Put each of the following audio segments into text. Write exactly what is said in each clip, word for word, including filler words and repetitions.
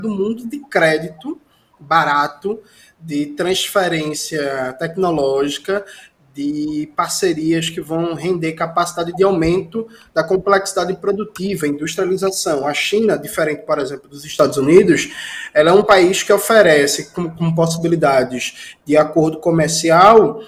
do mundo de crédito barato, de transferência tecnológica, de parcerias que vão render capacidade de aumento da complexidade produtiva, industrialização. A China, diferente, por exemplo, dos Estados Unidos, ela é um país que oferece, com, com possibilidades de acordo comercial,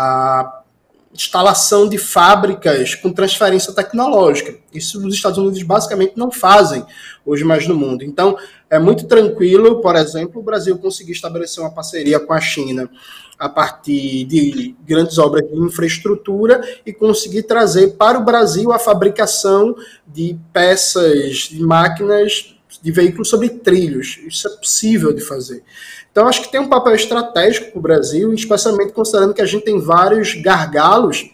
a instalação de fábricas com transferência tecnológica. Isso os Estados Unidos basicamente não fazem hoje mais no mundo. Então, é muito tranquilo, por exemplo, o Brasil conseguir estabelecer uma parceria com a China a partir de grandes obras de infraestrutura e conseguir trazer para o Brasil a fabricação de peças, de máquinas, de veículos sobre trilhos. Isso é possível de fazer. Então, acho que tem um papel estratégico para o Brasil, especialmente considerando que a gente tem vários gargalos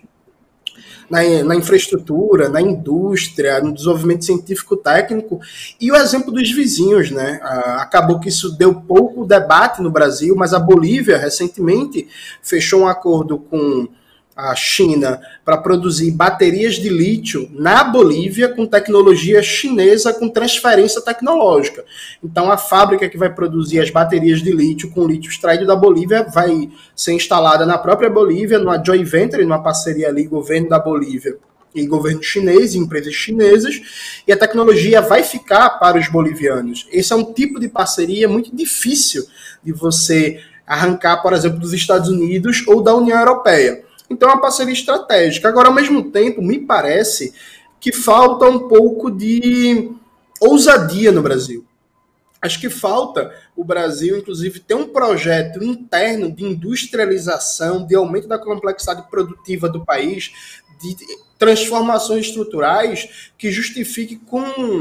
na, na infraestrutura, na indústria, no desenvolvimento científico-técnico, e o exemplo dos vizinhos, né? Acabou que isso deu pouco debate no Brasil, mas a Bolívia, recentemente, fechou um acordo com a China para produzir baterias de lítio na Bolívia com tecnologia chinesa com transferência tecnológica. Então, a fábrica que vai produzir as baterias de lítio com lítio extraído da Bolívia vai ser instalada na própria Bolívia, numa joint venture, numa parceria ali, governo da Bolívia e governo chinês, empresas chinesas, e a tecnologia vai ficar para os bolivianos. Esse é um tipo de parceria muito difícil de você arrancar, por exemplo, dos Estados Unidos ou da União Europeia. Então, é uma parceria estratégica. Agora, ao mesmo tempo, me parece que falta um pouco de ousadia no Brasil. Acho que falta o Brasil, inclusive, ter um projeto interno de industrialização, de aumento da complexidade produtiva do país, de transformações estruturais que justifique com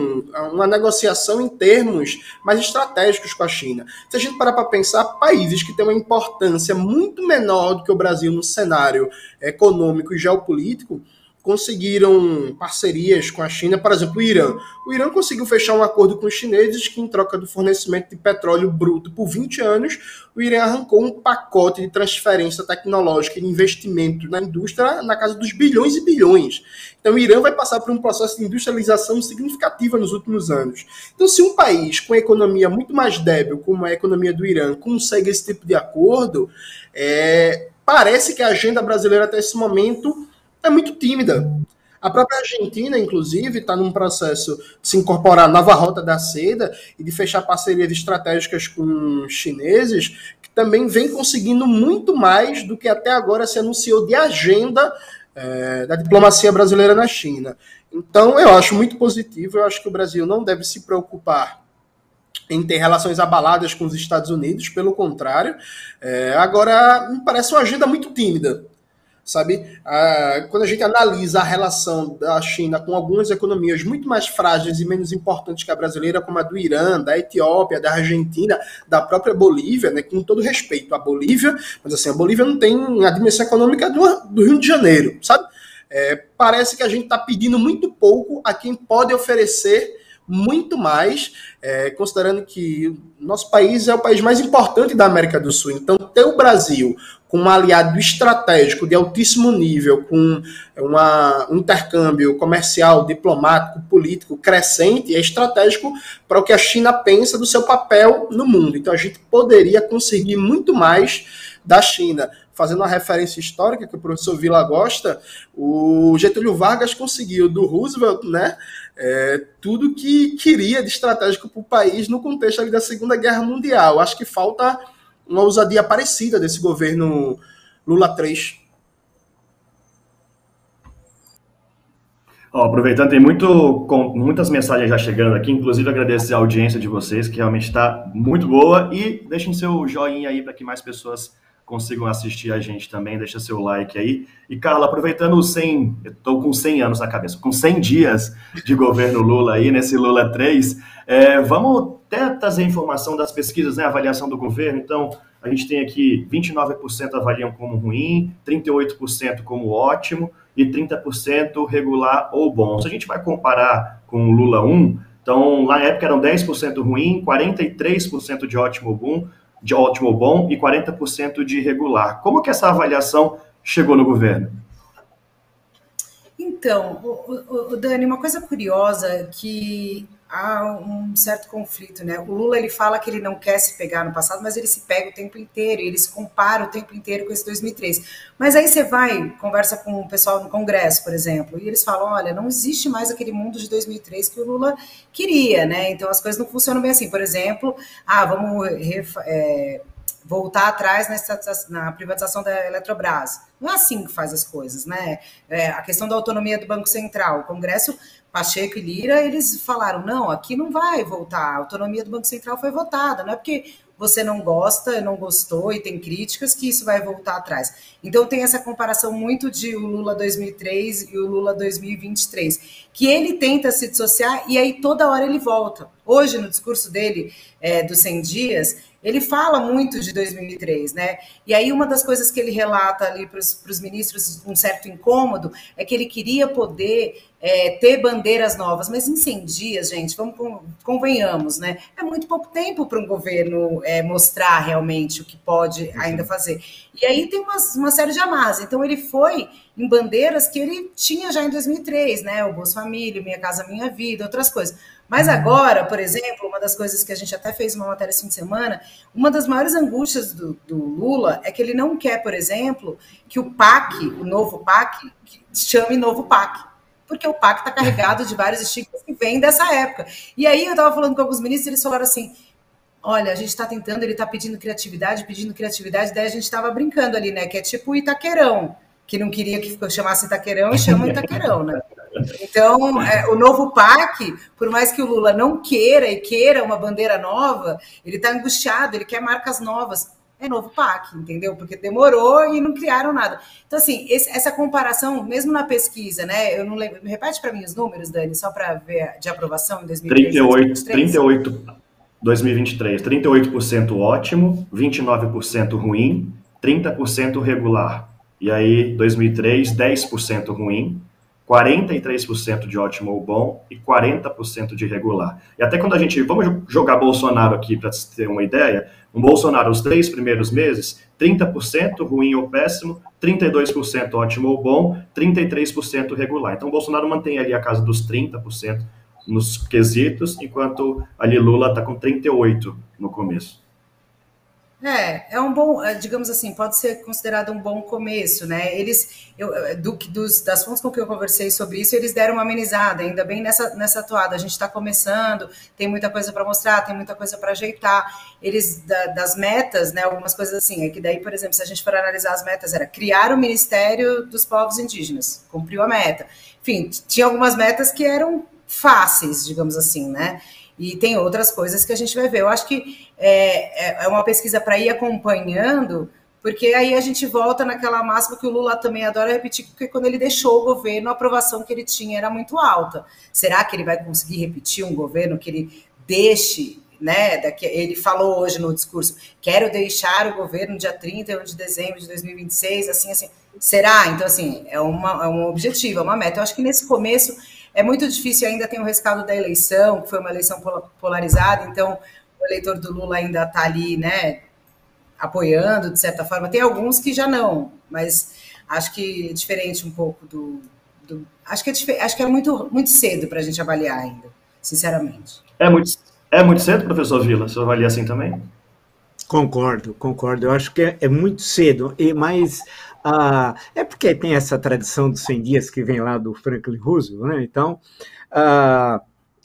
uma negociação em termos mais estratégicos com a China. Se a gente parar para pensar, países que têm uma importância muito menor do que o Brasil no cenário econômico e geopolítico conseguiram parcerias com a China, por exemplo, o Irã. O Irã conseguiu fechar um acordo com os chineses que, em troca do fornecimento de petróleo bruto por vinte anos, o Irã arrancou um pacote de transferência tecnológica e de investimento na indústria na casa dos bilhões e bilhões. Então, o Irã vai passar por um processo de industrialização significativa nos últimos anos. Então, se um país com economia muito mais débil, como a economia do Irã, consegue esse tipo de acordo, é, parece que a agenda brasileira até esse momento é muito tímida. A própria Argentina, inclusive, está num processo de se incorporar à nova rota da seda e de fechar parcerias estratégicas com chineses, que também vem conseguindo muito mais do que até agora se anunciou de agenda é, da diplomacia brasileira na China. Então, eu acho muito positivo, eu acho que o Brasil não deve se preocupar em ter relações abaladas com os Estados Unidos, pelo contrário. É, agora, me parece uma agenda muito tímida. Sabe? Ah, quando a gente analisa a relação da China com algumas economias muito mais frágeis e menos importantes que a brasileira, como a do Irã, da Etiópia, da Argentina, da própria Bolívia, né, com todo respeito à Bolívia, mas assim, a Bolívia não tem a dimensão econômica do, do Rio de Janeiro, sabe? É, parece que a gente está pedindo muito pouco a quem pode oferecer muito mais, é, considerando que o nosso país é o país mais importante da América do Sul. Então, ter o Brasil com um aliado estratégico de altíssimo nível, com uma, um intercâmbio comercial, diplomático, político crescente, é estratégico para o que a China pensa do seu papel no mundo. Então, a gente poderia conseguir muito mais da China. Fazendo uma referência histórica que o professor Vila gosta, o Getúlio Vargas conseguiu do Roosevelt, né, é, tudo que queria de estratégico para o país no contexto ali da Segunda Guerra Mundial. Acho que falta uma ousadia parecida desse governo Lula três. Ó, aproveitando, tem muito, com, muitas mensagens já chegando aqui, inclusive agradecer a audiência de vocês, que realmente está muito boa, e deixem seu joinha aí para que mais pessoas consigam assistir a gente também, deixa seu like aí. E, Carla, aproveitando os cem, eu estou com cem anos na cabeça, com cem dias de governo Lula aí, nesse Lula três, é, vamos até trazer informação das pesquisas, né, avaliação do governo. Então, a gente tem aqui vinte e nove por cento avaliam como ruim, trinta e oito por cento como ótimo e trinta por cento regular ou bom. Se a gente vai comparar com o Lula um, então, na época eram dez por cento ruim, quarenta e três por cento de ótimo ou bom, de ótimo ou bom e quarenta por cento de regular. Como que essa avaliação chegou no governo? Então, o, o, o Dani, uma coisa curiosa que há um certo conflito, né? O Lula, ele fala que ele não quer se pegar no passado, mas ele se pega o tempo inteiro, e ele se compara o tempo inteiro com esse dois mil e três. Mas aí você vai, conversa com o pessoal no Congresso, por exemplo, e eles falam, olha, não existe mais aquele mundo de dois mil e três que o Lula queria, né? Então as coisas não funcionam bem assim. Por exemplo, ah, vamos é, voltar atrás nessa, na privatização da Eletrobras. Não é assim que faz as coisas, né? É, a questão da autonomia do Banco Central, o Congresso, Pacheco e Lira, eles falaram, não, aqui não vai voltar, a autonomia do Banco Central foi votada, não é porque você não gosta, não gostou e tem críticas que isso vai voltar atrás. Então tem essa comparação muito de o Lula dois mil e três e o Lula dois mil e vinte e três, que ele tenta se dissociar e aí toda hora ele volta. Hoje, no discurso dele, é, dos cem dias, ele fala muito de dois mil e três, né? E aí uma das coisas que ele relata ali para os ministros, um certo incômodo, é que ele queria poder é, ter bandeiras novas, mas em cem dias, gente, vamos convenhamos, né? É muito pouco tempo para um governo é, mostrar realmente o que pode ainda fazer. E aí tem uma, uma série de amarras. Então ele foi em bandeiras que ele tinha já em dois mil e três, né? O Bolsa Família, Minha Casa Minha Vida, outras coisas. Mas agora, por exemplo, uma das coisas que a gente até fez uma matéria esse fim de semana, uma das maiores angústias do, do Lula é que ele não quer, por exemplo, que o P A C, o novo P A C, chame novo P A C. Porque o P A C está carregado de vários estigmas que vêm dessa época. E aí eu estava falando com alguns ministros e eles falaram assim, olha, a gente está tentando, ele está pedindo criatividade, pedindo criatividade, daí a gente estava brincando ali, né? Que é tipo o Itaquerão, que não queria que chamasse Itaquerão e chama Itaquerão, né? Então, é, o novo P A C, por mais que o Lula não queira e queira uma bandeira nova, ele está angustiado, ele quer marcas novas. É novo P A C, entendeu? Porque demorou e não criaram nada. Então, assim, esse, essa comparação, mesmo na pesquisa, né? Eu não lembro. Me repete para mim os números, Dani, só para ver de aprovação em dois mil e três. trinta e oito, trinta e oito, dois mil e vinte e três, trinta e oito por cento ótimo, vinte e nove por cento ruim, trinta por cento regular. E aí, dois mil e três, dez por cento ruim, quarenta e três por cento de ótimo ou bom e quarenta por cento de regular. E até quando a gente... Vamos jogar Bolsonaro aqui para ter uma ideia. Um Bolsonaro, os três primeiros meses, trinta por cento ruim ou péssimo, trinta e dois por cento ótimo ou bom, trinta e três por cento regular. Então, o Bolsonaro mantém ali a casa dos trinta por cento nos quesitos, enquanto ali Lula está com trinta e oito por cento no começo. É, é um bom, digamos assim, pode ser considerado um bom começo, né? Eles, eu, do, dos, das fontes com que eu conversei sobre isso, eles deram uma amenizada, ainda bem nessa, nessa toada. A gente está começando, tem muita coisa para mostrar, tem muita coisa para ajeitar. Eles, da, das metas, né? Algumas coisas assim, é que daí, por exemplo, se a gente for analisar as metas, era criar o Ministério dos Povos Indígenas, cumpriu a meta. Enfim, tinha algumas metas que eram fáceis, digamos assim, né? E tem outras coisas que a gente vai ver. Eu acho que é, é uma pesquisa para ir acompanhando, porque aí a gente volta naquela máxima que o Lula também adora repetir, porque quando ele deixou o governo, a aprovação que ele tinha era muito alta. Será que ele vai conseguir repetir um governo que ele deixe, né? Daqui, ele falou hoje no discurso, quero deixar o governo dia trinta e um de dezembro de dois mil e vinte e seis, assim, assim. Será? Então, assim, é, uma, é um objetivo, é uma meta. Eu acho que nesse começo é muito difícil, ainda tem o rescaldo da eleição, que foi uma eleição polarizada, então o eleitor do Lula ainda está ali, né, apoiando, de certa forma. Tem alguns que já não, mas acho que é diferente um pouco do... do acho, que é, acho que é muito, muito cedo para a gente avaliar ainda, sinceramente. É muito, é muito cedo, professor Vila? Você avalia assim também? Concordo, concordo. Eu acho que é, é muito cedo, e mas ah, é porque tem essa tradição dos cem dias que vem lá do Franklin Roosevelt, né? Então, ah,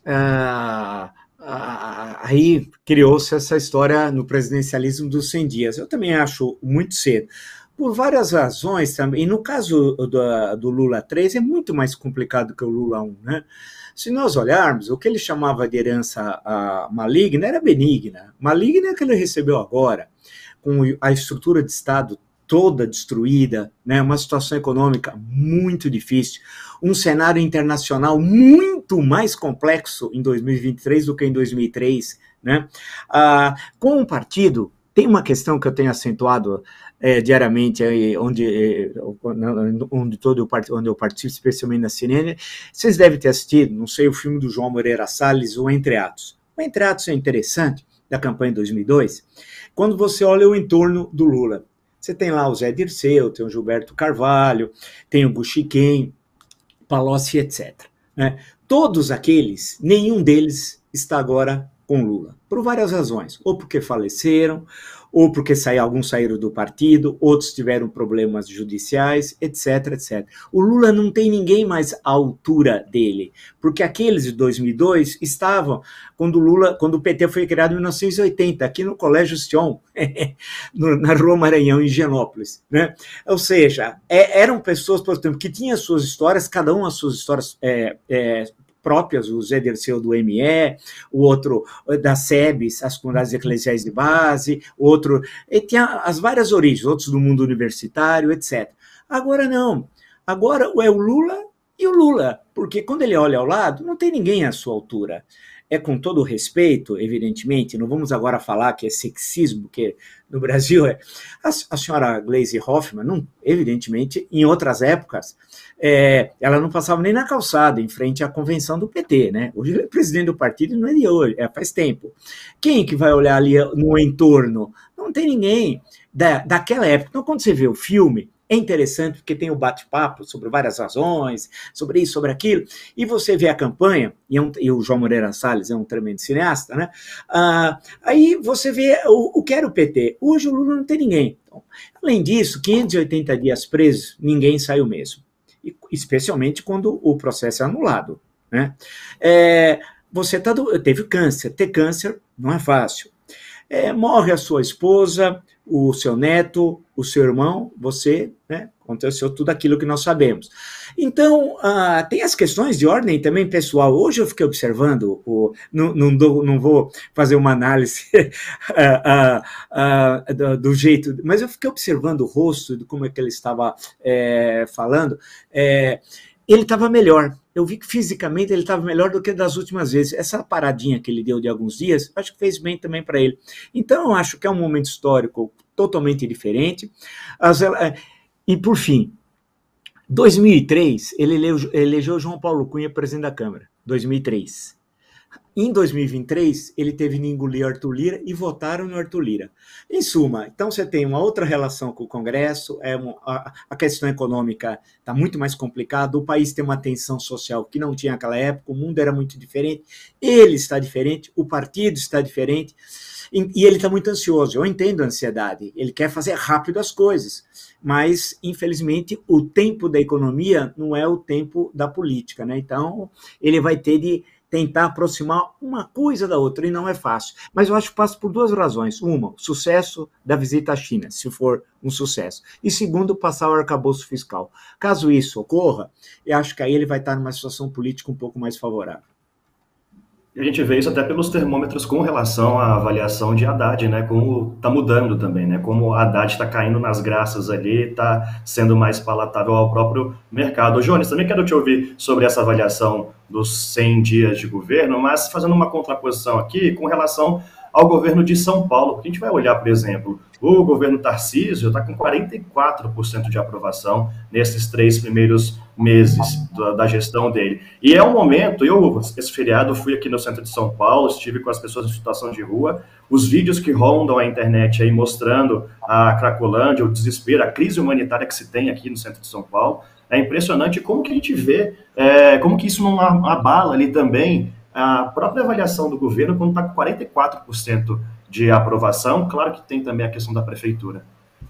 ah, ah, aí criou-se essa história no presidencialismo dos cem dias. Eu também acho muito cedo, por várias razões também. E no caso do, do Lula três, é muito mais complicado que o Lula um, né? Se nós olharmos, o que ele chamava de herança uh, maligna era benigna. Maligna é o que ele recebeu agora, com a estrutura de Estado toda destruída, né, uma situação econômica muito difícil, um cenário internacional muito mais complexo em dois mil e vinte e três do que em dois mil e três. Né? Uh, com o partido, tem uma questão que eu tenho acentuado É, diariamente, é, onde, é, onde, todo eu, onde eu participo, especialmente na C N N, vocês devem ter assistido, não sei, o filme do João Moreira Salles, o Entre Atos. O Entre Atos é interessante, da campanha de dois mil e dois, quando você olha o entorno do Lula. Você tem lá o Zé Dirceu, tem o Gilberto Carvalho, tem o Buchiquem, Palocci, etcétera. Né? Todos aqueles, nenhum deles está agora com Lula, por várias razões, ou porque faleceram, ou porque saíram, alguns saíram do partido, outros tiveram problemas judiciais, etc, etcétera. O Lula não tem ninguém mais à altura dele, porque aqueles de dois mil e dois estavam quando o Lula, quando o P T foi criado em mil novecentos e oitenta, aqui no Colégio Sion, na Rua Maranhão, em Higienópolis, né? Ou seja, é, eram pessoas, por exemplo, que tinham suas histórias, cada um as suas histórias é, é, próprias, o Zé Dirceu do M E, o outro da SEBS, as comunidades eclesiais de base, o outro, e tinha as várias origens, outros do mundo universitário, etcétera. Agora não, agora é o Lula e o Lula, porque quando ele olha ao lado, não tem ninguém à sua altura. É com todo o respeito, evidentemente, não vamos agora falar que é sexismo, que no Brasil é... A, a senhora Gleisi Hoffmann, não, evidentemente, em outras épocas, é, ela não passava nem na calçada, em frente à convenção do P T, né? Hoje ele é presidente do partido, não é de hoje, é faz tempo. Quem que vai olhar ali no entorno? Não tem ninguém da, daquela época. Então, quando você vê o filme, é interessante porque tem o bate-papo sobre várias razões, sobre isso, sobre aquilo, e você vê a campanha, e, é um, e o João Moreira Salles é um tremendo cineasta, né? Ah, aí você vê o, o que era o P T. Hoje o Lula não tem ninguém. Então, além disso, quinhentos e oitenta dias presos, ninguém saiu mesmo. E, especialmente quando o processo é anulado, né? É, você tá do, teve câncer. Ter câncer não é fácil. É, morre a sua esposa, o seu neto, o seu irmão, você, né, aconteceu tudo aquilo que nós sabemos. Então, ah, tem as questões de ordem também pessoal. Hoje eu fiquei observando, o, não, não, dou, não vou fazer uma análise ah, ah, ah, do, do jeito, mas eu fiquei observando o rosto, de como é que ele estava é, falando, é, ele estava melhor. Eu vi que fisicamente ele estava melhor do que das últimas vezes. Essa paradinha que ele deu de alguns dias, acho que fez bem também para ele. Então, eu acho que é um momento histórico totalmente diferente. As, e, por fim, dois mil e três, ele elegeu, elegeu João Paulo Cunha presidente da Câmara. dois mil e três. Em dois mil e vinte e três, ele teve de engolir Arthur Lira e votaram no Arthur Lira. Em suma, então você tem uma outra relação com o Congresso, é uma, a, a questão econômica está muito mais complicada, o país tem uma tensão social que não tinha naquela época, o mundo era muito diferente, ele está diferente, o partido está diferente, e, e ele está muito ansioso. Eu entendo a ansiedade, ele quer fazer rápido as coisas, mas, infelizmente, o tempo da economia não é o tempo da política, né? Então, ele vai ter de tentar aproximar uma coisa da outra, e não é fácil. Mas eu acho que passa por duas razões. Uma, o sucesso da visita à China, se for um sucesso. E segundo, passar o arcabouço fiscal. Caso isso ocorra, eu acho que aí ele vai estar numa situação política um pouco mais favorável. E a gente vê isso até pelos termômetros com relação à avaliação de Haddad, né? Como está mudando também, né? Como Haddad está caindo nas graças ali, está sendo mais palatável ao próprio mercado. Jones, também quero te ouvir sobre essa avaliação dos cem dias de governo, mas fazendo uma contraposição aqui com relação ao governo de São Paulo, porque a gente vai olhar, por exemplo, o governo Tarcísio está com quarenta e quatro por cento de aprovação nesses três primeiros meses da, da gestão dele. E é um momento, eu, esse feriado, fui aqui no centro de São Paulo, estive com as pessoas em situação de rua, os vídeos que rondam a internet aí mostrando a Cracolândia, o desespero, a crise humanitária que se tem aqui no centro de São Paulo, é impressionante como que a gente vê, é, como que isso não abala ali também a própria avaliação do governo quando está com quarenta e quatro por cento de aprovação. Claro que tem também a questão da prefeitura.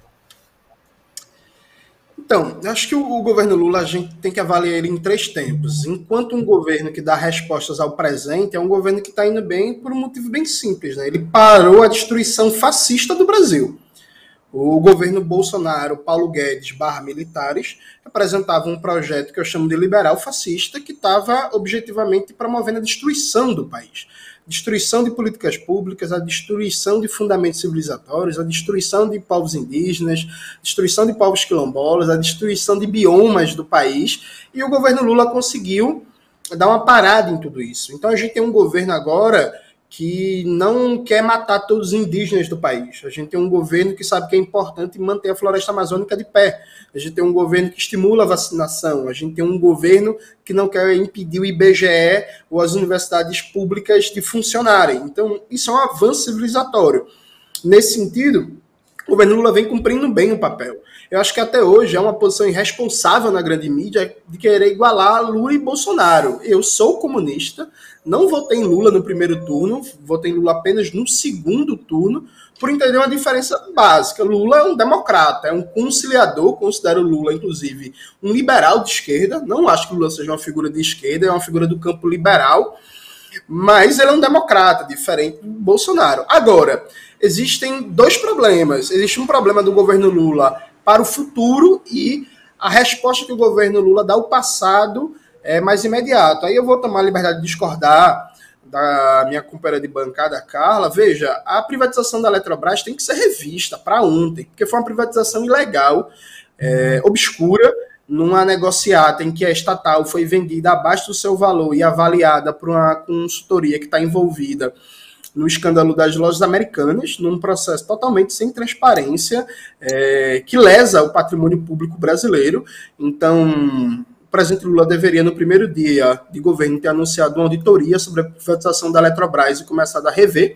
Então, acho que o, o governo Lula a gente tem que avaliar ele em três tempos. Enquanto um governo que dá respostas ao presente, é um governo que está indo bem por um motivo bem simples, né? Ele parou a destruição fascista do Brasil. O governo Bolsonaro, Paulo Guedes, barra militares, apresentava um projeto que eu chamo de liberal fascista, que estava objetivamente promovendo a destruição do país. Destruição de políticas públicas, a destruição de fundamentos civilizatórios, a destruição de povos indígenas, destruição de povos quilombolas, a destruição de biomas do país. E o governo Lula conseguiu dar uma parada em tudo isso. Então a gente tem um governo agora que não quer matar todos os indígenas do país. A gente tem um governo que sabe que é importante manter a floresta amazônica de pé. A gente tem um governo que estimula a vacinação. A gente tem um governo que não quer impedir o I B G E ou as universidades públicas de funcionarem. Então, isso é um avanço civilizatório. Nesse sentido, o governo Lula vem cumprindo bem o papel. Eu acho que até hoje é uma posição irresponsável na grande mídia de querer igualar Lula e Bolsonaro. Eu sou comunista, não votei em Lula no primeiro turno, votei em Lula apenas no segundo turno, por entender uma diferença básica. Lula é um democrata, é um conciliador, considero Lula, inclusive, um liberal de esquerda. Não acho que Lula seja uma figura de esquerda, é uma figura do campo liberal, mas ele é um democrata, diferente do Bolsonaro. Agora, existem dois problemas. Existe um problema do governo Lula para o futuro e a resposta que o governo Lula dá ao passado é mais imediato. Aí eu vou tomar a liberdade de discordar da minha companheira de bancada, Carla. Veja, a privatização da Eletrobras tem que ser revista para ontem, porque foi uma privatização ilegal, é, obscura, numa negociata em que a estatal foi vendida abaixo do seu valor e avaliada por uma consultoria que está envolvida no escândalo das lojas americanas, num processo totalmente sem transparência, é, que lesa o patrimônio público brasileiro. Então, o presidente Lula deveria, no primeiro dia de governo, ter anunciado uma auditoria sobre a privatização da Eletrobras e começado a rever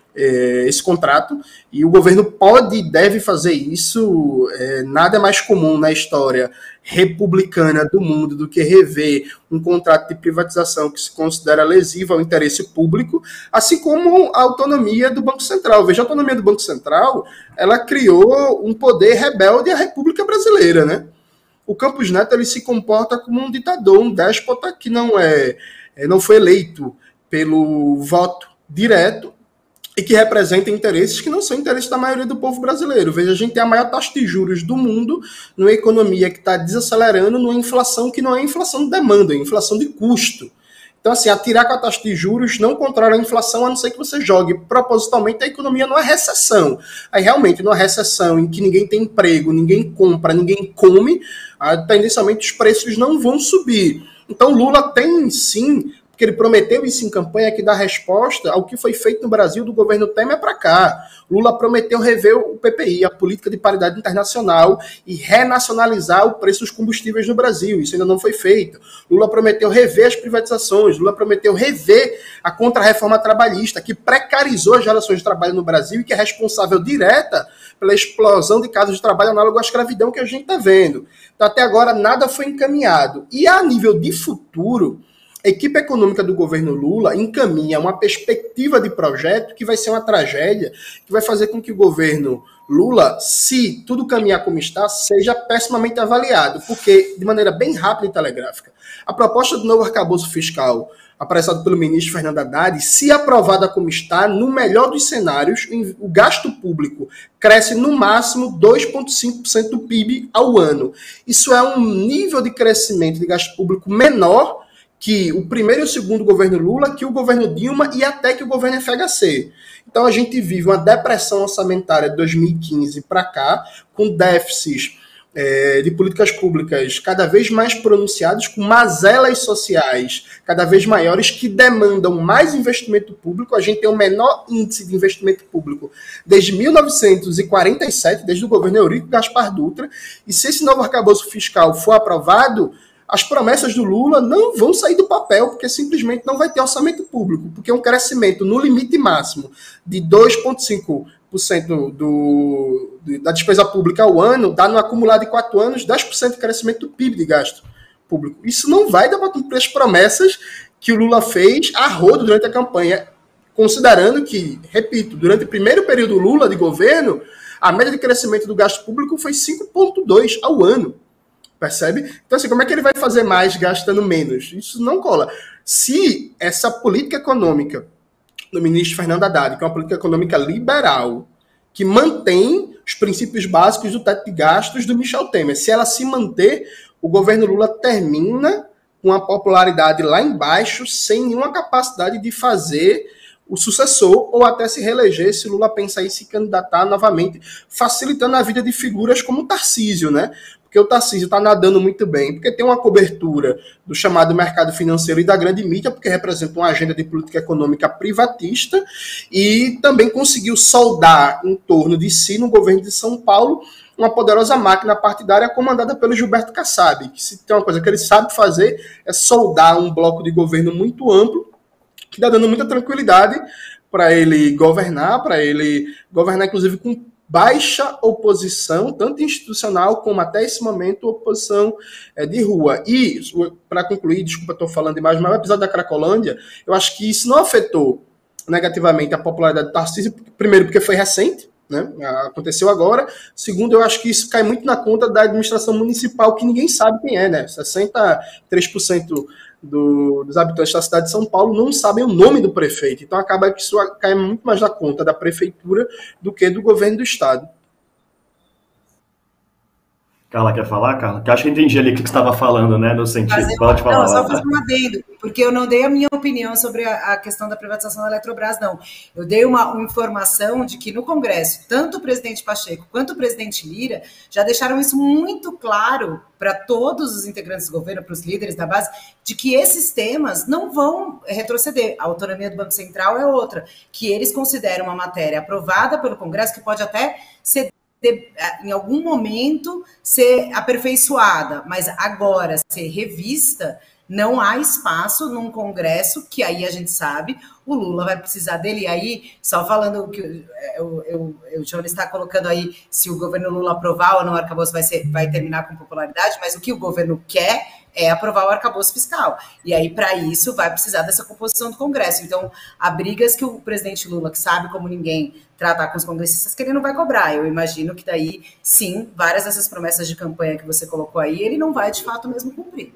é, esse contrato. E o governo pode e deve fazer isso. É, nada é mais comum na história republicana do mundo do que rever um contrato de privatização que se considera lesivo ao interesse público, assim como a autonomia do Banco Central. Veja, a autonomia do Banco Central, ela criou um poder rebelde à República Brasileira, né? O Campos Neto, ele se comporta como um ditador, um déspota que não, é, não foi eleito pelo voto direto e que representa interesses que não são interesses da maioria do povo brasileiro. Veja, a gente tem a maior taxa de juros do mundo, numa economia que está desacelerando, numa inflação que não é inflação de demanda, é inflação de custo. Então, assim, atirar com a taxa de juros não controla a inflação, a não ser que você jogue propositalmente a economia numa recessão. Aí, realmente, numa recessão em que ninguém tem emprego, ninguém compra, ninguém come, tendencialmente os preços não vão subir. Então, Lula tem, sim, porque ele prometeu isso em campanha, que dá resposta ao que foi feito no Brasil do governo Temer para cá. Lula prometeu rever o P P I, a Política de Paridade Internacional, e renacionalizar o preço dos combustíveis no Brasil. Isso ainda não foi feito. Lula prometeu rever as privatizações. Lula prometeu rever a contra-reforma trabalhista, que precarizou as relações de trabalho no Brasil e que é responsável direta pela explosão de casos de trabalho análogo à escravidão que a gente está vendo. Então, até agora, nada foi encaminhado. E a nível de futuro, a equipe econômica do governo Lula encaminha uma perspectiva de projeto que vai ser uma tragédia, que vai fazer com que o governo Lula, se tudo caminhar como está, seja pessimamente avaliado, porque, de maneira bem rápida e telegráfica, a proposta do novo arcabouço fiscal, apressado pelo ministro Fernando Haddad, se aprovada como está, no melhor dos cenários, o gasto público cresce no máximo dois vírgula cinco por cento do P I B ao ano. Isso é um nível de crescimento de gasto público menor que o primeiro e o segundo governo Lula, que o governo Dilma e até que o governo F H C. Então a gente vive uma depressão orçamentária de dois mil e quinze para cá, com déficits é, de políticas públicas cada vez mais pronunciados, com mazelas sociais cada vez maiores que demandam mais investimento público. A gente tem o menor índice de investimento público desde mil novecentos e quarenta e sete, desde o governo Eurico Gaspar Dutra, e se esse novo arcabouço fiscal for aprovado, as promessas do Lula não vão sair do papel, porque simplesmente não vai ter orçamento público, porque um crescimento no limite máximo de dois vírgula cinco por cento do, do, da despesa pública ao ano, dá no acumulado de quatro anos dez por cento de crescimento do P I B de gasto público. Isso não vai dar para cumprir as promessas que o Lula fez a rodo durante a campanha, considerando que, repito, durante o primeiro período Lula de governo, a média de crescimento do gasto público foi cinco vírgula dois ao ano. Percebe? Então, assim, como é que ele vai fazer mais gastando menos? Isso não cola. Se essa política econômica do ministro Fernando Haddad, que é uma política econômica liberal, que mantém os princípios básicos do teto de gastos do Michel Temer, se ela se manter, o governo Lula termina com a popularidade lá embaixo, sem nenhuma capacidade de fazer o sucessor ou até se reeleger, se Lula pensar em se candidatar novamente, facilitando a vida de figuras como o Tarcísio, né? Porque o Tarcísio está nadando muito bem, porque tem uma cobertura do chamado mercado financeiro e da grande mídia, porque representa uma agenda de política econômica privatista, e também conseguiu soldar em torno de si, no governo de São Paulo, uma poderosa máquina partidária comandada pelo Gilberto Kassab, que se tem uma coisa que ele sabe fazer, é soldar um bloco de governo muito amplo, que está dando muita tranquilidade para ele governar, para ele governar, inclusive, com baixa oposição, tanto institucional como até esse momento oposição é, de rua. E, para concluir, desculpa, estou falando demais, mas o episódio da Cracolândia, eu acho que isso não afetou negativamente a popularidade do Tarcísio, primeiro porque foi recente, né? Aconteceu agora. Segundo, eu acho que isso cai muito na conta da administração municipal, que ninguém sabe quem é, né? sessenta e três por cento do, dos habitantes da cidade de São Paulo não sabem o nome do prefeito. Então acaba que isso cai muito mais na conta da prefeitura do que do governo do estado. Carla, quer falar, Carla? Que acho que eu entendi ali o que você estava falando, né, no sentido. Fazer, Pode falar. Não, só fazer um adendo, porque eu não dei a minha opinião sobre a, a questão da privatização da Eletrobras, não. Eu dei uma, uma informação de que no Congresso, tanto o presidente Pacheco quanto o presidente Lira já deixaram isso muito claro para todos os integrantes do governo, para os líderes da base, de que esses temas não vão retroceder. A autonomia do Banco Central é outra, que eles consideram uma matéria aprovada pelo Congresso que pode até ser em algum momento ser aperfeiçoada, mas agora ser revista, não há espaço num Congresso, que aí a gente sabe, o Lula vai precisar dele. E aí, só falando que eu, eu, eu, o Jones está colocando aí, se o governo Lula aprovar ou não o arcabouço vai, ser, vai terminar com popularidade, mas o que o governo quer é aprovar o arcabouço fiscal. E aí, para isso, vai precisar dessa composição do Congresso. Então, há brigas que o presidente Lula, que sabe como ninguém tratar com os congressistas, que ele não vai cobrar. Eu imagino que daí, sim, várias dessas promessas de campanha que você colocou aí, ele não vai, de fato, mesmo cumprir.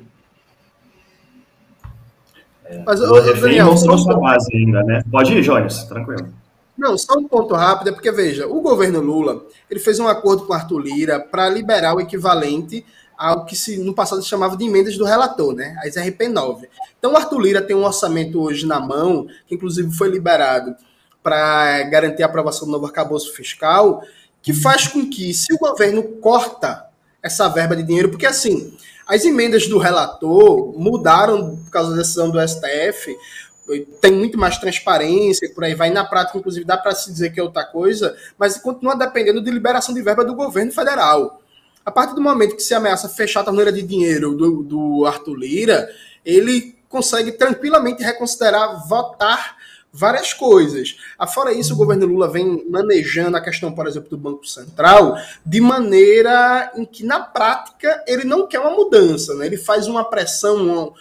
É, Mas o refém não são sua base ainda, né? Pode ir, Jones, tranquilo. Não, só um ponto rápido, é porque, veja, o governo Lula, ele fez um acordo com Arthur Lira para liberar o equivalente ao que se, no passado se chamava de emendas do relator, né? As R P nove. Então, o Arthur Lira tem um orçamento hoje na mão, que inclusive foi liberado para garantir a aprovação do novo arcabouço fiscal, que faz com que, se o governo corta essa verba de dinheiro, porque assim, as emendas do relator mudaram por causa da decisão do S T F, tem muito mais transparência, por aí vai. Na prática, inclusive, dá para se dizer que é outra coisa, mas continua dependendo de liberação de verba do governo federal. A partir do momento que se ameaça fechar a torneira de dinheiro do, do Arthur Lira, ele consegue tranquilamente reconsiderar, votar várias coisas. Afora isso, o governo Lula vem manejando a questão, por exemplo, do Banco Central, de maneira em que, na prática, ele não quer uma mudança, né? Ele faz uma pressão, uma...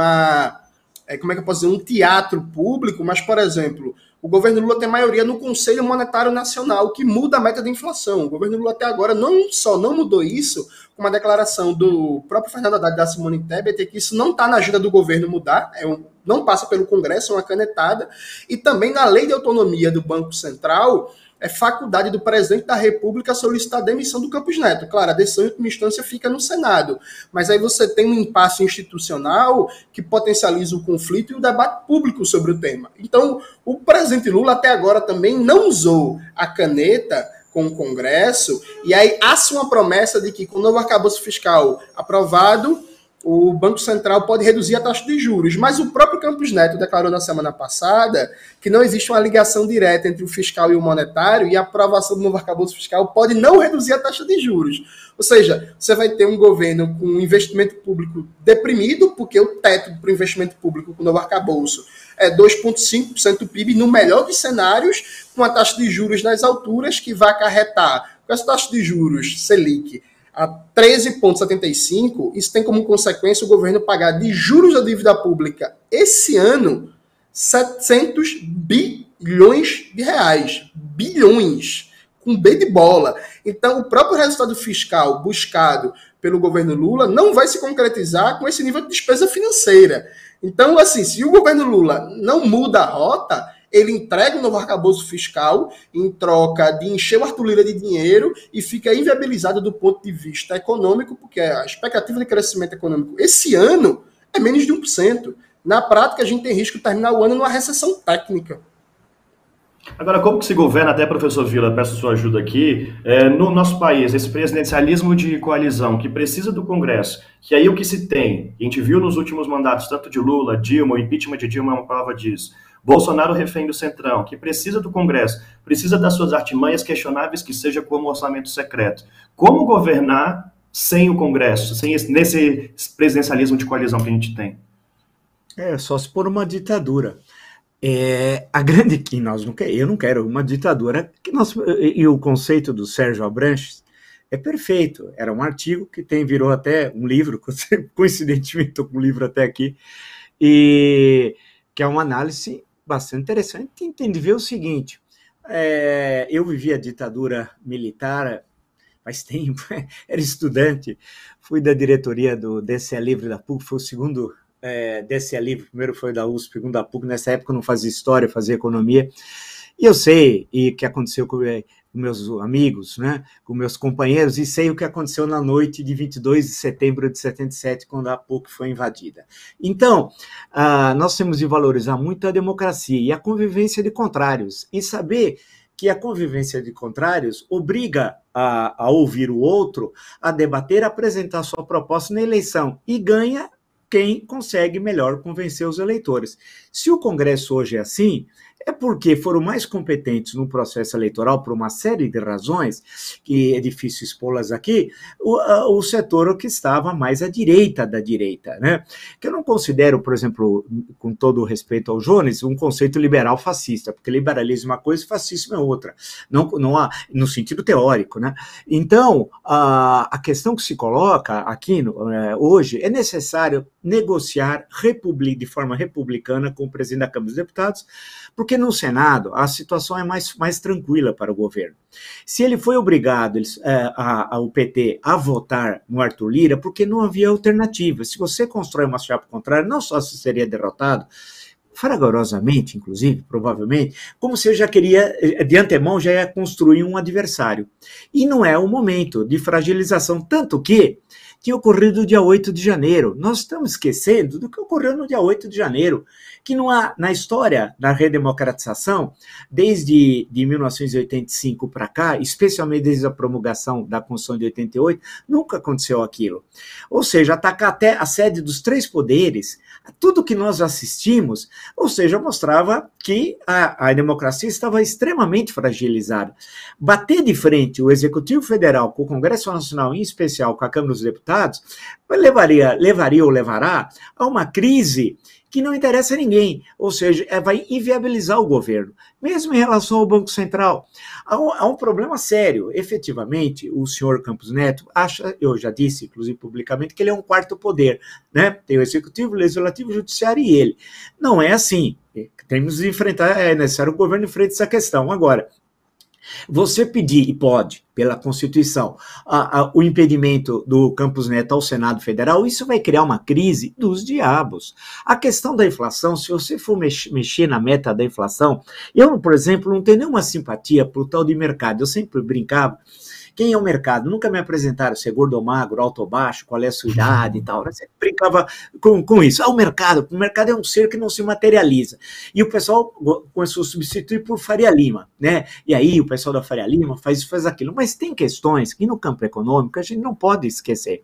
uma é, como é que eu posso dizer? Um teatro público, mas, por exemplo, o governo Lula tem maioria no Conselho Monetário Nacional, que muda a meta de inflação. O governo Lula até agora não só não mudou isso, com uma declaração do próprio Fernando Haddad da Simone Tebet, que isso não está na agenda do governo mudar, é um, não passa pelo Congresso, é uma canetada, e também na lei de autonomia do Banco Central, é faculdade do presidente da República solicitar a demissão do Campos Neto. Claro, a decisão em última instância fica no Senado, mas aí você tem um impasse institucional que potencializa o conflito e o debate público sobre o tema. Então, o presidente Lula até agora também não usou a caneta com o Congresso, e aí há-se uma promessa de que com o novo arcabouço fiscal aprovado, o Banco Central pode reduzir a taxa de juros, mas o próprio Campos Neto declarou na semana passada que não existe uma ligação direta entre o fiscal e o monetário, e a aprovação do novo arcabouço fiscal pode não reduzir a taxa de juros. Ou seja, você vai ter um governo com um investimento público deprimido, porque o teto para o investimento público com o novo arcabouço é dois vírgula cinco por cento do P I B, no melhor dos cenários, com a taxa de juros nas alturas, que vai acarretar, com essa taxa de juros Selic a treze vírgula setenta e cinco, isso tem como consequência o governo pagar de juros da dívida pública esse ano setecentos bilhões de reais. Bilhões. Com B de bola. Então, o próprio resultado fiscal buscado pelo governo Lula não vai se concretizar com esse nível de despesa financeira. Então, assim, se o governo Lula não muda a rota, ele entrega o novo arcabouço fiscal em troca de encher o Arthur Lira de dinheiro e fica inviabilizado do ponto de vista econômico, porque a expectativa de crescimento econômico esse ano é menos de um por cento. Na prática, a gente tem risco de terminar o ano numa recessão técnica. Agora, como que se governa, até professor Vila, peço sua ajuda aqui, é, no nosso país, esse presidencialismo de coalizão que precisa do Congresso, que aí o que se tem, a gente viu nos últimos mandatos, tanto de Lula, Dilma, o impeachment de Dilma é uma prova disso, Bolsonaro refém do Centrão, que precisa do Congresso, precisa das suas artimanhas questionáveis, que seja como orçamento secreto. Como governar sem o Congresso, sem esse, nesse presidencialismo de coalizão que a gente tem? É, só se for uma ditadura. É, a grande que nós não queremos, eu não quero uma ditadura, que nós, e o conceito do Sérgio Abranches é perfeito, era um artigo que tem, virou até um livro, coincidentemente estou com um livro até aqui, e que é uma análise bastante interessante, tem de ver o seguinte, é, eu vivi a ditadura militar faz tempo, era estudante, fui da diretoria do D C E Livre da P U C, foi o segundo é, D C E Livre, primeiro foi da U S P, segundo da P U C, nessa época eu não fazia história, fazia economia, e eu sei e o que aconteceu com, com meus amigos, né, com meus companheiros, e sei o que aconteceu na noite de vinte e dois de setembro de setenta e sete, quando a P U C foi invadida. Então, ah, nós temos de valorizar muito a democracia e a convivência de contrários, e saber que a convivência de contrários obriga a, a ouvir o outro, a debater, a apresentar sua proposta na eleição, e ganha quem consegue melhor convencer os eleitores. Se o Congresso hoje é assim, é porque foram mais competentes no processo eleitoral, por uma série de razões, que é difícil expô-las aqui, o, o setor que estava mais à direita da direita, né? Que eu não considero, por exemplo, com todo o respeito ao Jones, um conceito liberal fascista, porque liberalismo é uma coisa e fascismo é outra, não, não há, no sentido teórico, né? Então, a, a questão que se coloca aqui no, é, hoje é necessário negociar republi, de forma republicana com o presidente da Câmara dos Deputados, porque no Senado a situação é mais, mais tranquila para o governo. Se ele foi obrigado, eles, é, a, a, o P T, a votar no Arthur Lira, porque não havia alternativa. Se você constrói uma chapa contrária, não só se seria derrotado, fragorosamente, inclusive, provavelmente, como se eu já queria, de antemão, já ia construir um adversário. E não é o momento de fragilização, tanto que tinha ocorrido no dia oito de janeiro. Nós estamos esquecendo do que ocorreu no dia oito de janeiro, que não há, na história da redemocratização, desde de mil novecentos e oitenta e cinco para cá, especialmente desde a promulgação da Constituição de oitenta e oito, nunca aconteceu aquilo. Ou seja, atacar até a sede dos três poderes, tudo que nós assistimos, ou seja, mostrava que a, a democracia estava extremamente fragilizada. Bater de frente o Executivo Federal com o Congresso Nacional, em especial com a Câmara dos Deputados, levaria, levaria ou levará a uma crise que não interessa a ninguém, ou seja, vai inviabilizar o governo, mesmo em relação ao Banco Central. Há um, há um problema sério, efetivamente, o senhor Campos Neto acha, eu já disse, inclusive publicamente, que ele é um quarto poder, né? Tem o Executivo, o Legislativo, o Judiciário e ele. Não é assim, temos de enfrentar, é necessário o governo enfrentar essa questão. Agora, você pedir, e pode, pela Constituição, a, a, o impedimento do Campos Neto ao Senado Federal, isso vai criar uma crise dos diabos. A questão da inflação, se você for mex, mexer na meta da inflação, eu, por exemplo, não tenho nenhuma simpatia para o tal de mercado. Eu sempre brincava, quem é o mercado? Nunca me apresentaram se é gordo ou magro, alto ou baixo, qual é a sua idade e tal. Eu sempre brincava com, com isso. Ah, o mercado. O mercado é um ser que não se materializa. E o pessoal começou a substituir por Faria Lima, né? E aí o pessoal da Faria Lima faz isso, faz aquilo. Mas tem questões que no campo econômico a gente não pode esquecer.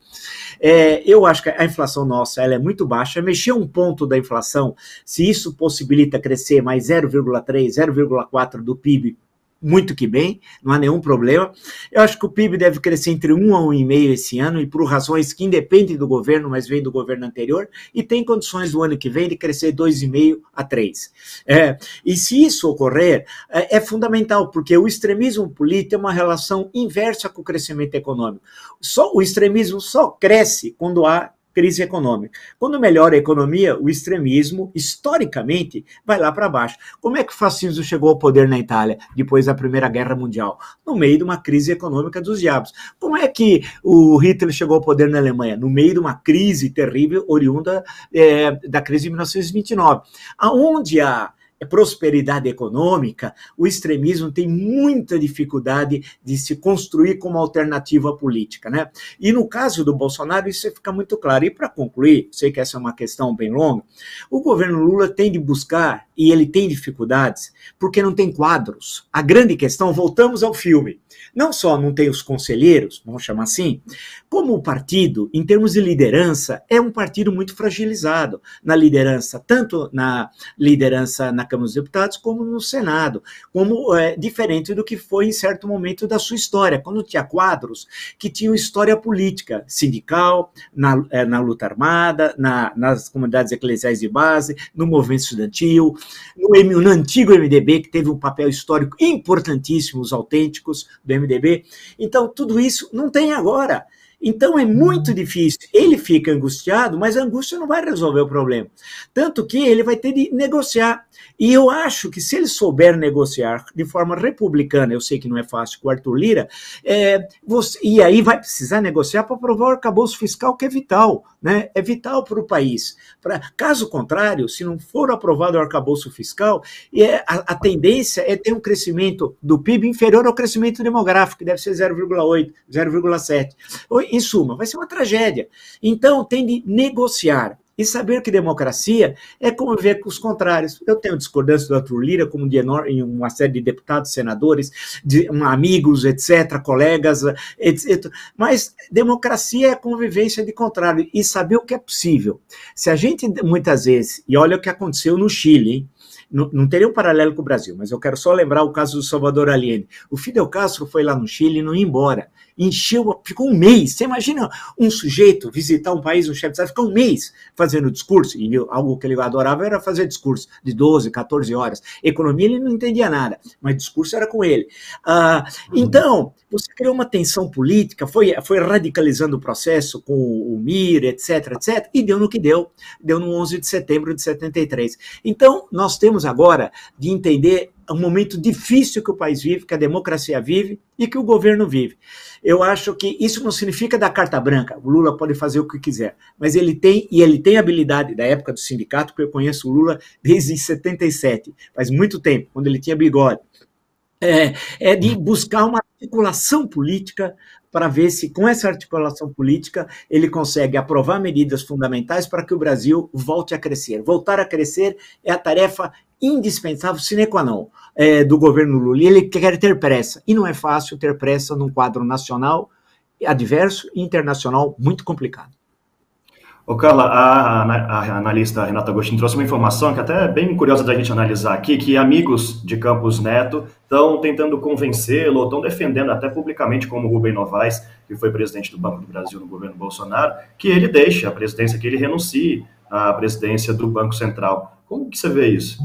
É, eu acho que a inflação nossa ela é muito baixa. Mexer um ponto da inflação, se isso possibilita crescer mais zero vírgula três, zero vírgula quatro do P I B, muito que bem, não há nenhum problema. Eu acho que o P I B deve crescer entre um a um vírgula cinco esse ano, e por razões que independem do governo, mas vem do governo anterior, e tem condições do ano que vem de crescer dois vírgula cinco a três. É, e se isso ocorrer, é, é fundamental, porque o extremismo político tem uma relação inversa com o crescimento econômico. Só, o extremismo só cresce quando há crise econômica. Quando melhora a economia, o extremismo, historicamente, vai lá para baixo. Como é que o fascismo chegou ao poder na Itália, depois da Primeira Guerra Mundial? No meio de uma crise econômica dos diabos. Como é que o Hitler chegou ao poder na Alemanha? No meio de uma crise terrível, oriunda é, da crise de mil novecentos e vinte e nove. Aonde há prosperidade econômica, o extremismo tem muita dificuldade de se construir como alternativa política, né? E no caso do Bolsonaro, isso fica muito claro. E para concluir, sei que essa é uma questão bem longa, o governo Lula tem de buscar, e ele tem dificuldades, porque não tem quadros. A grande questão, voltamos ao filme, não só não tem os conselheiros, vamos chamar assim, como o partido, em termos de liderança, é um partido muito fragilizado na liderança, tanto na liderança na Câmara dos Deputados, como no Senado, como é, diferente do que foi em certo momento da sua história, quando tinha quadros que tinham história política, sindical, na, é, na luta armada, na, nas comunidades eclesiais de base, no movimento estudantil, no, M, no antigo M D B, que teve um papel histórico importantíssimo, os autênticos do M D B. Então, tudo isso não tem agora. Então, é muito difícil. Ele fica angustiado, mas a angústia não vai resolver o problema. Tanto que ele vai ter de negociar. E eu acho que se ele souber negociar de forma republicana, eu sei que não é fácil com o Arthur Lira, é, você, e aí vai precisar negociar para aprovar o arcabouço fiscal, que é vital, né? É vital para o país. Pra, caso contrário, se não for aprovado o arcabouço fiscal, é, a, a tendência é ter um crescimento do P I B inferior ao crescimento demográfico, que deve ser zero vírgula oito, zero vírgula sete. Em suma, vai ser uma tragédia. Então, tem de negociar. E saber que democracia é conviver com os contrários. Eu tenho discordância do Arthur Lira, como de enorme, uma série de deputados, senadores, de, um, amigos, etcétera, colegas, etcétera. Mas democracia é a convivência de contrário e saber o que é possível. Se a gente, muitas vezes, e olha o que aconteceu no Chile, hein? Não, não teria um paralelo com o Brasil, mas eu quero só lembrar o caso do Salvador Allende. O Fidel Castro foi lá no Chile e não ia embora. Encheu, ficou um mês. Você imagina um sujeito visitar um país, um chefe de Estado, ficar um mês fazendo discurso, e algo que ele adorava era fazer discurso de doze, quatorze horas. Economia ele não entendia nada, mas discurso era com ele. Ah, então, você criou uma tensão política, foi, foi radicalizando o processo com o Mir, etc, etcétera, e deu no que deu, deu no onze de setembro de setenta e três. Então, nós temos agora de entender um momento difícil que o país vive, que a democracia vive e que o governo vive. Eu acho que isso não significa dar carta branca. O Lula pode fazer o que quiser, mas ele tem, e ele tem habilidade da época do sindicato, porque eu conheço o Lula desde setenta e sete, faz muito tempo, quando ele tinha bigode, é, é de buscar uma articulação política para ver se, com essa articulação política, ele consegue aprovar medidas fundamentais para que o Brasil volte a crescer. Voltar a crescer é a tarefa indispensável, sine qua non, é, do governo Lula. E ele quer ter pressa. E não é fácil ter pressa num quadro nacional adverso e internacional muito complicado. Ô Carla, a, a, a analista Renata Agostinho trouxe uma informação que até é bem curiosa da gente analisar aqui, que amigos de Campos Neto estão tentando convencê-lo, ou estão defendendo até publicamente, como Rubem Novaes, que foi presidente do Banco do Brasil no governo Bolsonaro, que ele deixe a presidência, que ele renuncie à presidência do Banco Central. Como que você vê isso?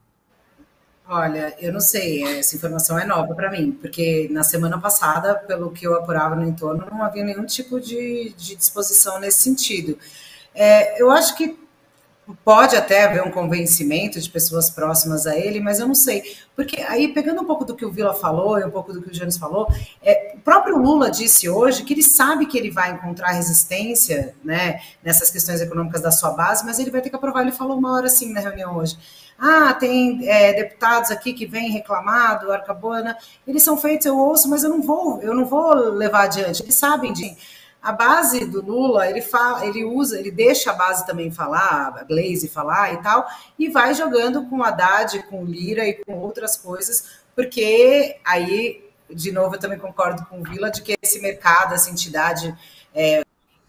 Olha, eu não sei, essa informação é nova para mim, porque na semana passada, pelo que eu apurava no entorno, não havia nenhum tipo de, de disposição nesse sentido. É, eu acho que pode até haver um convencimento de pessoas próximas a ele, mas eu não sei. Porque aí, pegando um pouco do que o Vila falou e um pouco do que o Jones falou, é, o próprio Lula disse hoje que ele sabe que ele vai encontrar resistência, né, nessas questões econômicas da sua base, mas ele vai ter que aprovar. Ele falou uma hora assim na reunião hoje. Ah, tem é, deputados aqui que vêm reclamar do Arcabona. Eles são feitos, eu ouço, mas eu não vou, eu não vou levar adiante. Eles sabem disso. A base do Lula, ele fala, ele usa, ele deixa a base também falar, a Glaze falar e tal, e vai jogando com o Haddad, com o Lira e com outras coisas, porque aí, de novo, eu também concordo com o Vila, de que esse mercado, essa entidade é,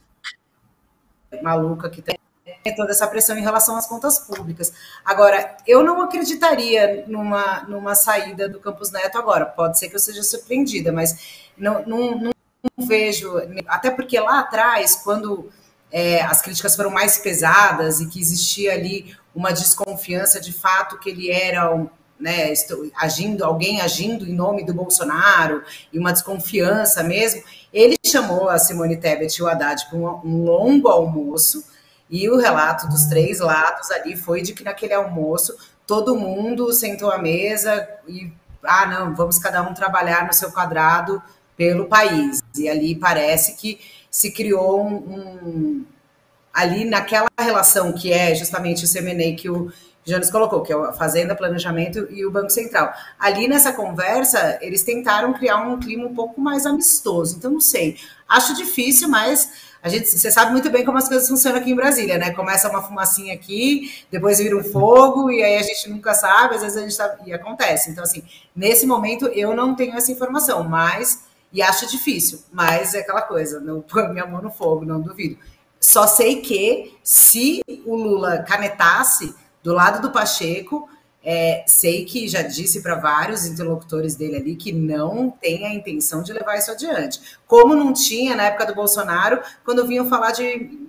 maluca que tem toda essa pressão em relação às contas públicas. Agora, eu não acreditaria numa, numa saída do Campos Neto agora, pode ser que eu seja surpreendida, mas não, não, não não vejo, até porque lá atrás, quando é, as críticas foram mais pesadas e que existia ali uma desconfiança de fato que ele era, né, agindo, alguém agindo em nome do Bolsonaro, e uma desconfiança mesmo, ele chamou a Simone Tebet e o Haddad para um, um longo almoço, e o relato dos três lados ali foi de que naquele almoço todo mundo sentou à mesa e, ah, não, vamos cada um trabalhar no seu quadrado pelo país, e ali parece que se criou um, um ali naquela relação que é justamente o C M N E que o Jones colocou, que é a Fazenda, Planejamento e o Banco Central. Ali nessa conversa, eles tentaram criar um clima um pouco mais amistoso, então não sei, acho difícil, mas a gente, você sabe muito bem como as coisas funcionam aqui em Brasília, né? Começa uma fumacinha aqui, depois vira um fogo, e aí a gente nunca sabe, às vezes a gente sabe, e acontece. Então, assim, nesse momento eu não tenho essa informação, mas e acho difícil, mas é aquela coisa, não põe minha mão no fogo, não duvido. Só sei que se o Lula canetasse do lado do Pacheco, é, sei que já disse para vários interlocutores dele ali que não tem a intenção de levar isso adiante. Como não tinha na época do Bolsonaro, quando vinham falar de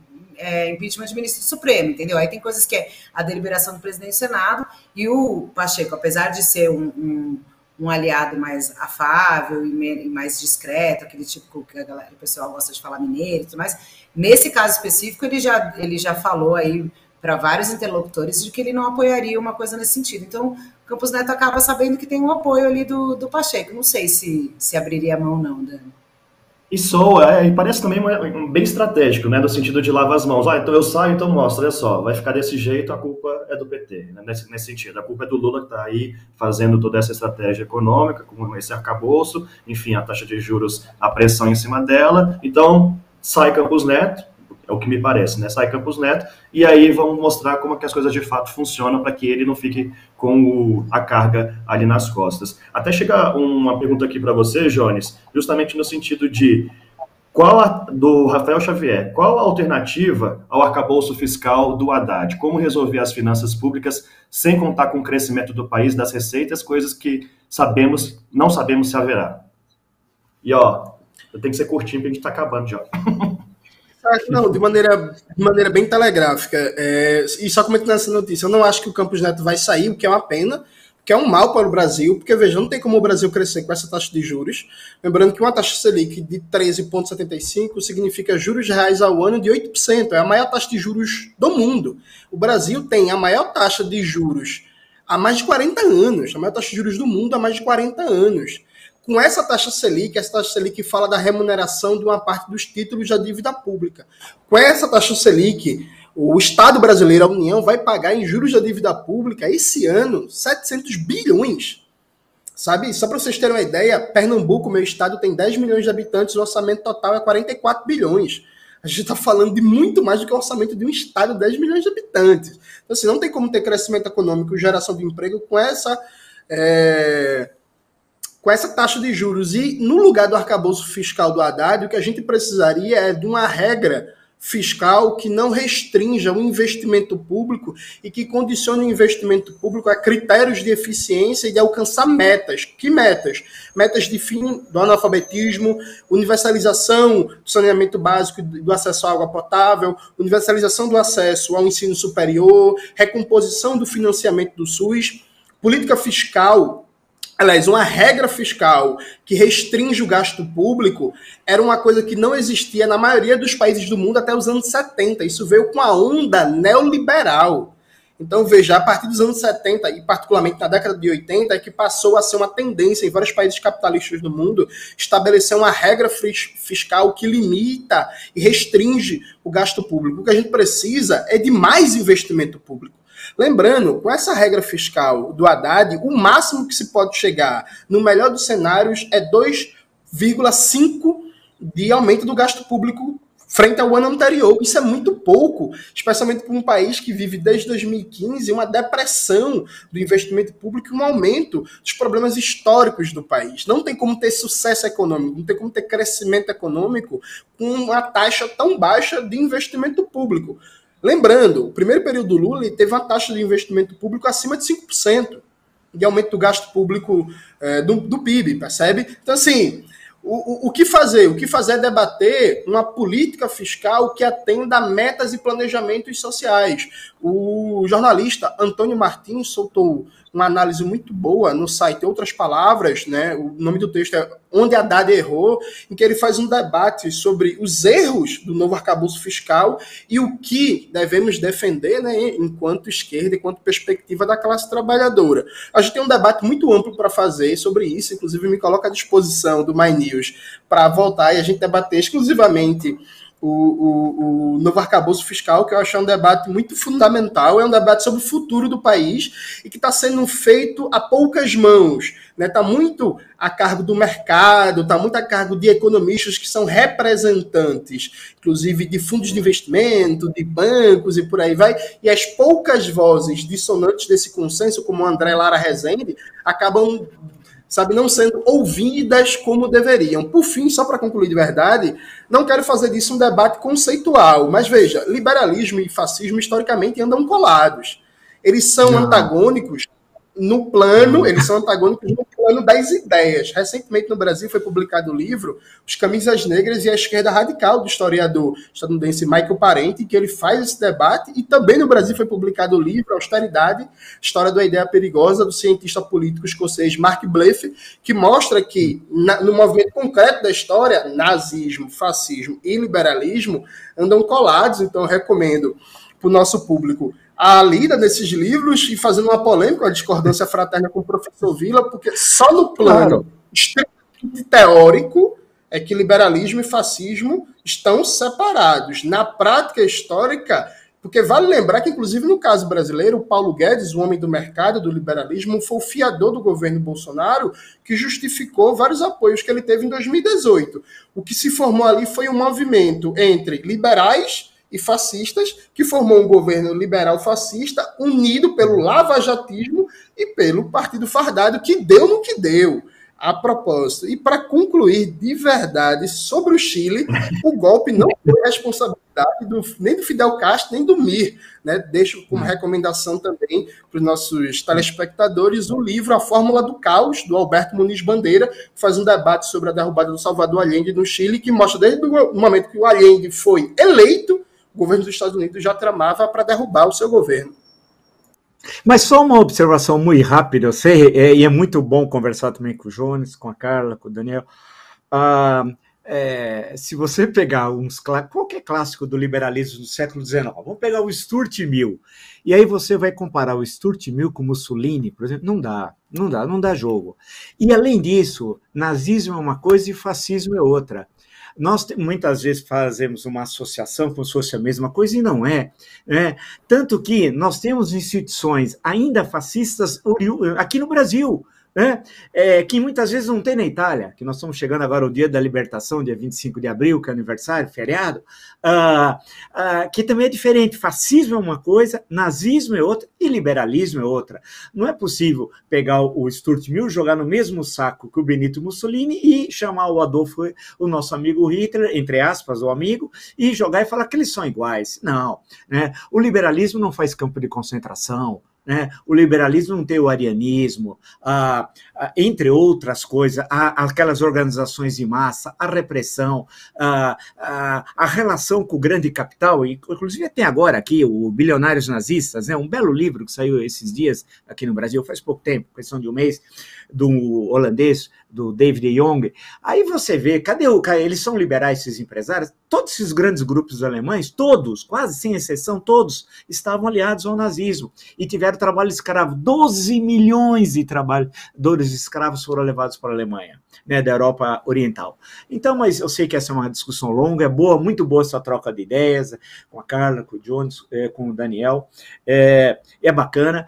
é, impeachment de ministro do Supremo, entendeu? Aí tem coisas que é a deliberação do presidente do Senado e o Pacheco, apesar de ser um, um, um aliado mais afável e, me, e mais discreto, aquele tipo que a galera, o pessoal gosta de falar mineiro e tudo mais, nesse caso específico ele já, ele já falou aí para vários interlocutores de que ele não apoiaria uma coisa nesse sentido. Então, Campos Neto acaba sabendo que tem um apoio ali do, do Pacheco. Não sei se, se abriria a mão, não, Dani. E soa, é, e parece também uma, bem estratégico, né, no sentido de lavar as mãos. Ah, então eu saio, então mostra, olha só, vai ficar desse jeito, a culpa é do P T, né, nesse, nesse sentido. A culpa é do Lula que está aí fazendo toda essa estratégia econômica, com esse arcabouço, enfim, a taxa de juros, a pressão em cima dela. Então, sai Campos Neto, é o que me parece, né? Sai Campos Neto, e aí vamos mostrar como é que as coisas de fato funcionam para que ele não fique com o, a carga ali nas costas. Até chegar uma pergunta aqui para você, Jones, justamente no sentido de, qual a, do Rafael Xavier, qual a alternativa ao arcabouço fiscal do Haddad? Como resolver as finanças públicas sem contar com o crescimento do país, das receitas, coisas que sabemos, não sabemos se haverá? E ó, eu tenho que ser curtinho porque a gente está acabando já. Não, de maneira, de maneira bem telegráfica. É, e só comentando essa notícia, eu não acho que o Campos Neto vai sair, o que é uma pena, que é um mal para o Brasil, porque, veja, não tem como o Brasil crescer com essa taxa de juros. Lembrando que uma taxa Selic de treze vírgula setenta e cinco significa juros reais ao ano de oito por cento. É a maior taxa de juros do mundo. O Brasil tem a maior taxa de juros há mais de quarenta anos. A maior taxa de juros do mundo há mais de quarenta anos. Com essa taxa Selic, essa taxa Selic fala da remuneração de uma parte dos títulos da dívida pública. Com essa taxa Selic, o Estado brasileiro, a União, vai pagar em juros da dívida pública, esse ano, setecentos bilhões. Sabe? Só para vocês terem uma ideia, Pernambuco, meu estado, tem dez milhões de habitantes, o orçamento total é quarenta e quatro bilhões. A gente está falando de muito mais do que o orçamento de um estado de dez milhões de habitantes. Então, assim, não tem como ter crescimento econômico e geração de emprego com essa... É... com essa taxa de juros. E no lugar do arcabouço fiscal do Haddad, o que a gente precisaria é de uma regra fiscal que não restrinja o investimento público e que condicione o investimento público a critérios de eficiência e de alcançar metas. Que metas? Metas de fim do analfabetismo, universalização do saneamento básico do acesso à água potável, universalização do acesso ao ensino superior, recomposição do financiamento do SUS, política fiscal. Aliás, uma regra fiscal que restringe o gasto público era uma coisa que não existia na maioria dos países do mundo até os anos setenta. Isso veio com a onda neoliberal. Então, veja, a partir dos anos setenta, e particularmente na década de oitenta, é que passou a ser uma tendência em vários países capitalistas do mundo estabelecer uma regra fiscal que limita e restringe o gasto público. O que a gente precisa é de mais investimento público. Lembrando, com essa regra fiscal do Haddad, o máximo que se pode chegar, no melhor dos cenários, é dois vírgula cinco de aumento do gasto público frente ao ano anterior. Isso é muito pouco, especialmente para um país que vive desde dois mil e quinze uma depressão do investimento público e um aumento dos problemas históricos do país. Não tem como ter sucesso econômico, não tem como ter crescimento econômico com uma taxa tão baixa de investimento público. Lembrando, o primeiro período do Lula ele teve uma taxa de investimento público acima de cinco por cento de aumento do gasto público é, do, do P I B, percebe? Então, assim, o, o, o que fazer? O que fazer é debater uma política fiscal que atenda a metas e planejamentos sociais. O jornalista Antônio Martins soltou uma análise muito boa no site Outras Palavras, né? O nome do texto é Onde Haddad Errou, em que ele faz um debate sobre os erros do novo arcabouço fiscal e o que devemos defender, né, enquanto esquerda, enquanto perspectiva da classe trabalhadora. A gente tem um debate muito amplo para fazer sobre isso, inclusive me coloca à disposição do My News para voltar e a gente debater exclusivamente O, o, o novo arcabouço fiscal, que eu acho um debate muito fundamental, é um debate sobre o futuro do país e que está sendo feito a poucas mãos, né? Está muito a cargo do mercado, está muito a cargo de economistas que são representantes, inclusive de fundos de investimento, de bancos e por aí vai, e as poucas vozes dissonantes desse consenso, como o André Lara Rezende, acabam, sabe, não sendo ouvidas como deveriam. Por fim, só para concluir de verdade, não quero fazer disso um debate conceitual, mas veja, liberalismo e fascismo historicamente andam colados. Eles são não. antagônicos no plano, eles são antagônicos no plano das ideias. Recentemente, no Brasil, foi publicado o livro Os Camisas Negras e a Esquerda Radical, do historiador estadunidense Michael Parenti, que ele faz esse debate, e também no Brasil foi publicado o livro Austeridade, História da Ideia Perigosa, do cientista político escocês Mark Bleffer, que mostra que, na, no movimento concreto da história, nazismo, fascismo e liberalismo andam colados. Então, eu recomendo para o nosso público a lida desses livros e fazendo uma polêmica, uma discordância fraterna com o professor Vila, porque só no plano claro. extremamente teórico é que liberalismo e fascismo estão separados. Na prática histórica, porque vale lembrar que, inclusive, no caso brasileiro, o Paulo Guedes, o homem do mercado do liberalismo, foi o fiador do governo Bolsonaro, que justificou vários apoios que ele teve em dois mil e dezoito. O que se formou ali foi um movimento entre liberais e fascistas, que formou um governo liberal-fascista unido pelo lavajatismo e pelo Partido Fardado, que deu no que deu, a propósito. E para concluir de verdade sobre o Chile, o golpe não foi responsabilidade do, nem do Fidel Castro, nem do Mir. Né? Deixo como recomendação também para os nossos telespectadores o livro A Fórmula do Caos, do Alberto Muniz Bandeira, que faz um debate sobre a derrubada do Salvador Allende no Chile, que mostra desde o momento que o Allende foi eleito, o governo dos Estados Unidos já tramava para derrubar o seu governo. Mas só uma observação muito rápida, eu sei, é, e é muito bom conversar também com o Jones, com a Carla, com o Daniel. Ah, é, se você pegar uns, qualquer clássico do liberalismo do século dezenove, vamos pegar o Stuart Mill, e aí você vai comparar o Stuart Mill com Mussolini, por exemplo, não dá, não dá, não dá jogo. E além disso, nazismo é uma coisa e fascismo é outra. Nós muitas vezes fazemos uma associação como se fosse a mesma coisa e não é, né? Tanto que nós temos instituições ainda fascistas aqui no Brasil, né? É, que muitas vezes não tem na Itália, que nós estamos chegando agora ao dia da libertação, dia vinte e cinco de abril, que é aniversário, feriado, uh, uh, que também é diferente. Fascismo é uma coisa, nazismo é outra e liberalismo é outra. Não é possível pegar o Stuart Mill, jogar no mesmo saco que o Benito Mussolini e chamar o Adolfo, o nosso amigo Hitler, entre aspas, o amigo, e jogar e falar que eles são iguais. Não, né? O liberalismo não faz campo de concentração, né? O liberalismo não tem o arianismo, ah, ah, entre outras coisas, ah, aquelas organizações de massa, a repressão, ah, ah, a relação com o grande capital, e, inclusive tem agora aqui o Bilionários Nazistas, né? Um belo livro que saiu esses dias aqui no Brasil, faz pouco tempo, questão de um mês, do holandês, do David de Jong. Aí você vê, cadê o cara? Eles são liberais, esses empresários? Todos esses grandes grupos alemães, todos, quase sem exceção, todos estavam aliados ao nazismo e tiveram trabalho escravo. doze milhões de trabalhadores escravos foram levados para a Alemanha, né, da Europa Oriental. Então, mas eu sei que essa é uma discussão longa, é boa, muito boa essa troca de ideias com a Carla, com o Jones, é, com o Daniel, é, é bacana,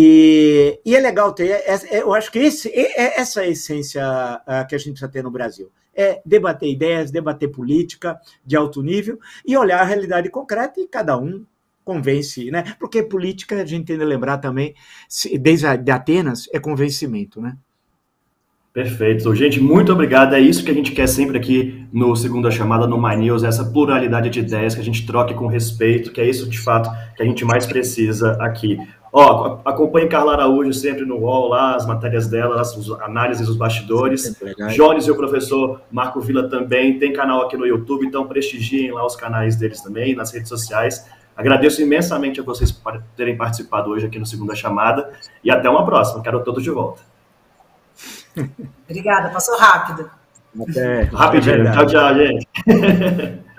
e, e é legal ter, é, eu acho que esse, é, é essa é a essência a, a, que a gente precisa ter no Brasil, é debater ideias, debater política de alto nível e olhar a realidade concreta e cada um convence, né? Porque política, a gente tem que lembrar também, desde a, de Atenas, é convencimento, né? Perfeito. Gente, muito obrigado. É isso que a gente quer sempre aqui no Segunda Chamada, no My News, essa pluralidade de ideias, que a gente troque com respeito, que é isso, de fato, que a gente mais precisa aqui. Ó, acompanhe Carla Araújo sempre no U O L, lá, as matérias dela, as análises dos bastidores. Jones e o professor Marco Vila também, tem canal aqui no YouTube, então prestigiem lá os canais deles também, nas redes sociais. Agradeço imensamente a vocês por terem participado hoje aqui no Segunda Chamada e até uma próxima. Quero todos de volta. Obrigada, passou rápido. Até, Rapidinho. Tchau, tchau, gente.